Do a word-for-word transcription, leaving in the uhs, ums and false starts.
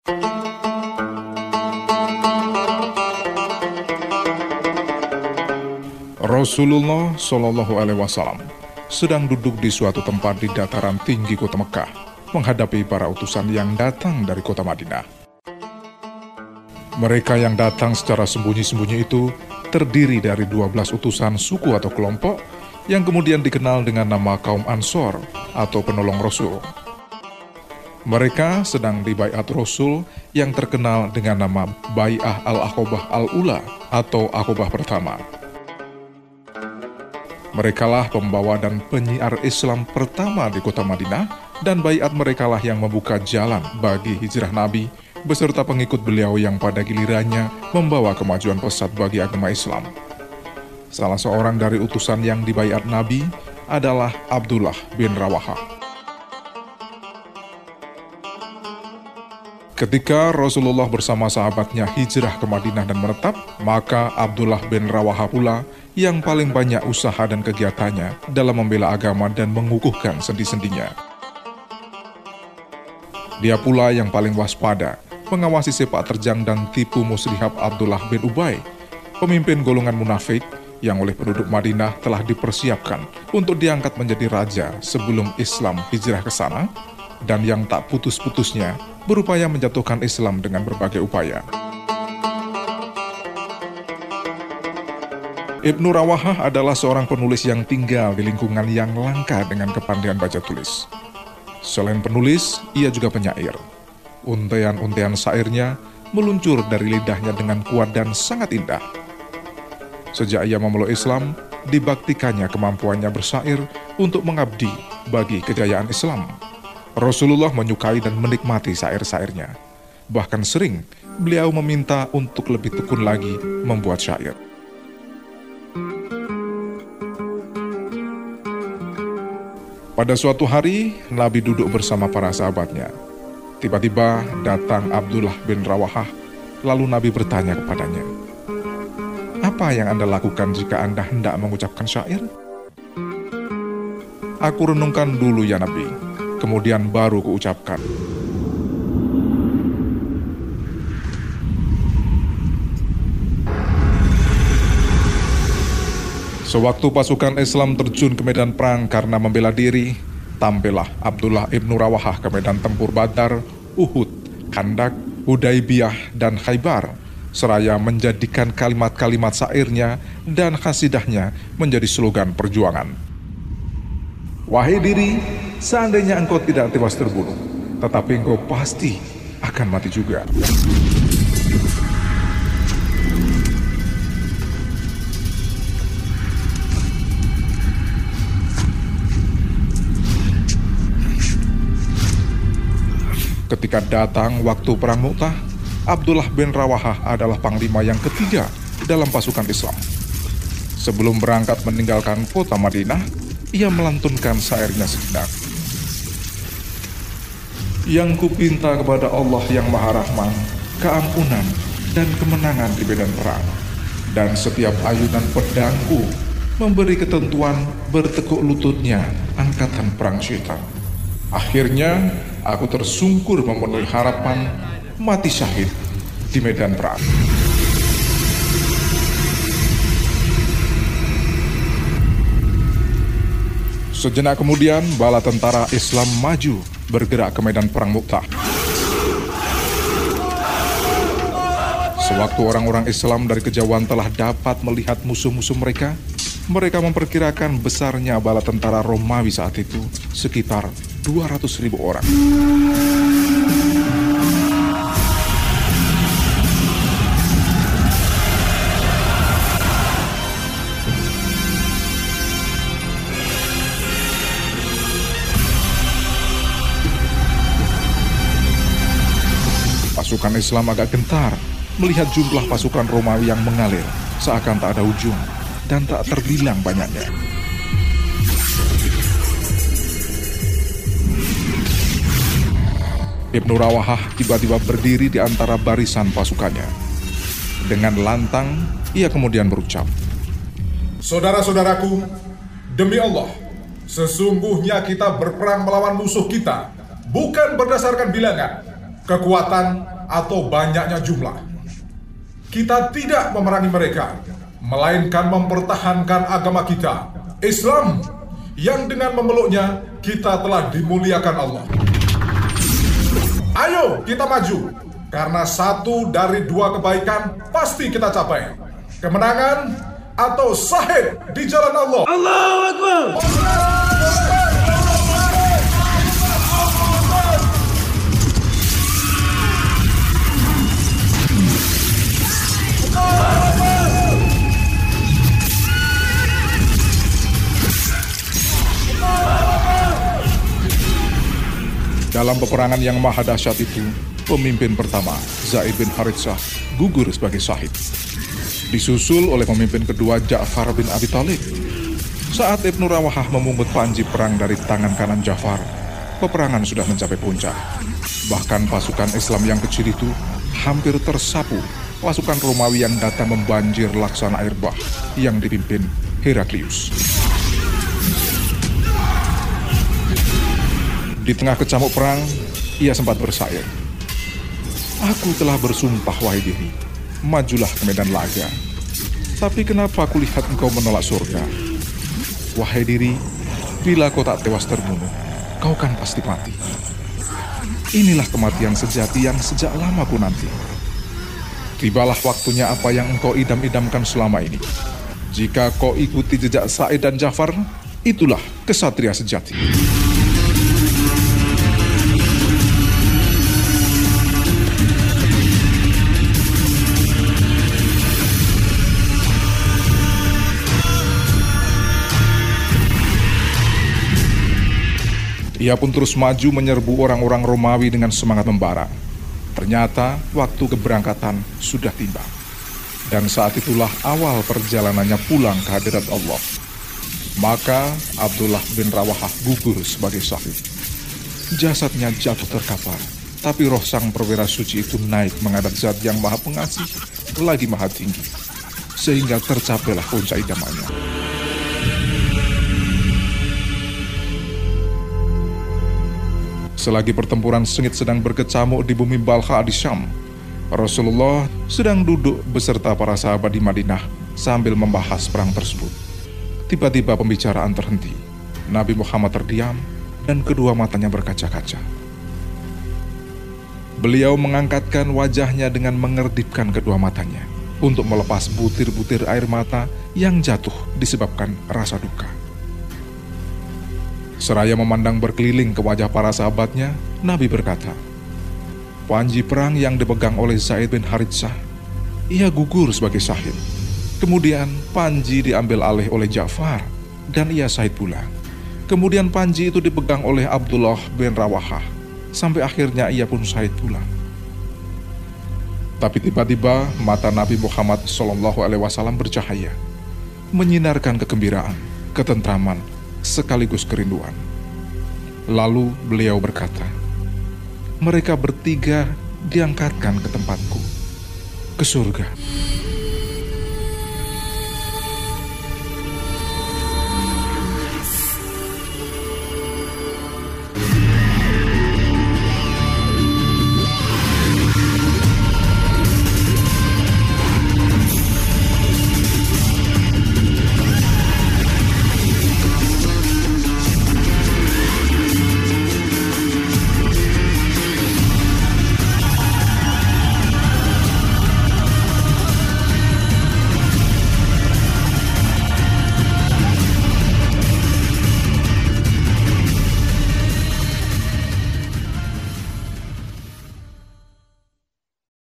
Rasulullah Shallallahu Alaihi Wasallam sedang duduk di suatu tempat di dataran tinggi kota Mekah, menghadapi para utusan yang datang dari kota Madinah. Mereka yang datang secara sembunyi-sembunyi itu terdiri dari dua belas utusan suku atau kelompok yang kemudian dikenal dengan nama kaum Ansor atau penolong Rasul. Mereka sedang dibaiat Rasul yang terkenal dengan nama Bai'ah Al-Aqobah Al-Ula atau Aqobah pertama. Merekalah pembawa dan penyiar Islam pertama di kota Madinah, dan baiat merekalah yang membuka jalan bagi hijrah Nabi beserta pengikut beliau yang pada gilirannya membawa kemajuan pesat bagi agama Islam. Salah seorang dari utusan yang dibaiat Nabi adalah Abdullah bin Rawahah. Ketika Rasulullah bersama sahabatnya hijrah ke Madinah dan menetap, maka Abdullah bin Rawahah pula yang paling banyak usaha dan kegiatannya dalam membela agama dan mengukuhkan sendi-sendinya. Dia pula yang paling waspada, mengawasi sepak terjang dan tipu muslihat Abdullah bin Ubay, pemimpin golongan munafik yang oleh penduduk Madinah telah dipersiapkan untuk diangkat menjadi raja sebelum Islam hijrah ke sana, dan yang tak putus-putusnya berupaya menjatuhkan Islam dengan berbagai upaya. Ibnu Rawahah adalah seorang penulis yang tinggal di lingkungan yang langka dengan kepandaian baca tulis. Selain penulis, ia juga penyair. Untaian-untaian syairnya meluncur dari lidahnya dengan kuat dan sangat indah. Sejak ia memeluk Islam, dibaktikannya kemampuannya bersyair untuk mengabdi bagi kejayaan Islam. Rasulullah menyukai dan menikmati syair-syairnya. Bahkan sering beliau meminta untuk lebih tekun lagi membuat syair. Pada suatu hari, Nabi duduk bersama para sahabatnya. Tiba-tiba datang Abdullah bin Rawahah, lalu Nabi bertanya kepadanya, "Apa yang Anda lakukan jika Anda hendak mengucapkan syair?" "Aku renungkan dulu ya Nabi, kemudian baru kuucapkan." Sewaktu pasukan Islam terjun ke medan perang karena membela diri, tampillah Abdullah ibnu Rawahah ke medan tempur Badar, Uhud, Kandak, Hudaibiyah, dan Khaybar, seraya menjadikan kalimat-kalimat syairnya dan khasidahnya menjadi slogan perjuangan. "Wahai diri, seandainya engkau tidak tewas terbunuh, tetapi engkau pasti akan mati juga." Ketika datang waktu perang Mu'tah, Abdullah bin Rawahah adalah panglima yang ketiga dalam pasukan Islam. Sebelum berangkat meninggalkan kota Madinah, ia melantunkan syairnya sejenak. "Yang kupinta kepada Allah yang Maha Rahman, keampunan dan kemenangan di medan perang. Dan setiap ayunan pedangku memberi ketentuan bertekuk lututnya angkatan perang syaitan. Akhirnya, aku tersungkur memenuhi harapan mati syahid di medan perang." Sejenak kemudian, bala tentara Islam maju bergerak ke medan perang Mu'tah. Sewaktu orang-orang Islam dari kejauhan telah dapat melihat musuh-musuh mereka, mereka memperkirakan besarnya bala tentara Romawi saat itu sekitar dua ratus ribu orang. Pasukan Islam agak gentar melihat jumlah pasukan Romawi yang mengalir seakan tak ada ujung dan tak terbilang banyaknya. Ibnu Rawahah tiba-tiba berdiri di antara barisan pasukannya. Dengan lantang, ia kemudian berucap, "Saudara-saudaraku, demi Allah, sesungguhnya kita berperang melawan musuh kita bukan berdasarkan bilangan, kekuatan, atau banyaknya jumlah. Kita tidak memerangi mereka, melainkan mempertahankan agama kita, Islam, yang dengan memeluknya kita telah dimuliakan Allah. Ayo kita maju, karena satu dari dua kebaikan pasti kita capai. Kemenangan atau syahid di jalan Allah. Allahu Akbar. Dalam peperangan yang maha dahsyat itu, pemimpin pertama, Zaid bin Haritsah, gugur sebagai syahid. Disusul oleh pemimpin kedua, Ja'far bin Abi Thalib. Saat Ibnu Rawahah memungut panji perang dari tangan kanan Ja'far, peperangan sudah mencapai puncak. Bahkan pasukan Islam yang kecil itu hampir tersapu pasukan Romawi yang datang membanjir laksana air bah yang dipimpin Heraklius. Di tengah kecamuk perang, ia sempat bersair. Aku telah bersumpah, wahai diri, majulah ke medan laga. Tapi kenapa aku lihat engkau menolak surga? Wahai diri, bila kau tak tewas terbunuh, kau kan pasti mati. Inilah kematian sejati yang sejak lama ku nanti. Tibalah waktunya apa yang engkau idam-idamkan selama ini. Jika kau ikuti jejak Sa'id dan Ja'far, itulah kesatria sejati. Ia pun terus maju menyerbu orang-orang Romawi dengan semangat membara. Ternyata waktu keberangkatan sudah tiba. Dan saat itulah awal perjalanannya pulang ke hadirat Allah. Maka Abdullah bin Rawahah gugur sebagai syahid. Jasadnya jatuh terkapar, tapi roh sang perwira suci itu naik menghadap Zat yang maha pengasih, lagi maha tinggi, sehingga tercapailah puncak idamannya. Selagi pertempuran sengit sedang berkecamuk di bumi Balkha di Syam, Rasulullah sedang duduk beserta para sahabat di Madinah sambil membahas perang tersebut. Tiba-tiba pembicaraan terhenti. Nabi Muhammad terdiam dan kedua matanya berkaca-kaca. Beliau mengangkatkan wajahnya dengan mengerdipkan kedua matanya untuk melepas butir-butir air mata yang jatuh disebabkan rasa duka. Seraya memandang berkeliling ke wajah para sahabatnya, Nabi berkata, panji perang yang dipegang oleh Zaid bin Haritsah, ia gugur sebagai syahid. Kemudian panji diambil alih oleh Ja'far, dan ia syahid pula. Kemudian panji itu dipegang oleh Abdullah bin Rawahah, sampai akhirnya ia pun syahid pula. Tapi tiba-tiba mata Nabi Muhammad shallallahu alaihi wasallam bercahaya, menyinarkan kegembiraan, ketentraman, sekaligus kerinduan. Lalu beliau berkata, mereka bertiga diangkatkan ke tempatku, ke surga.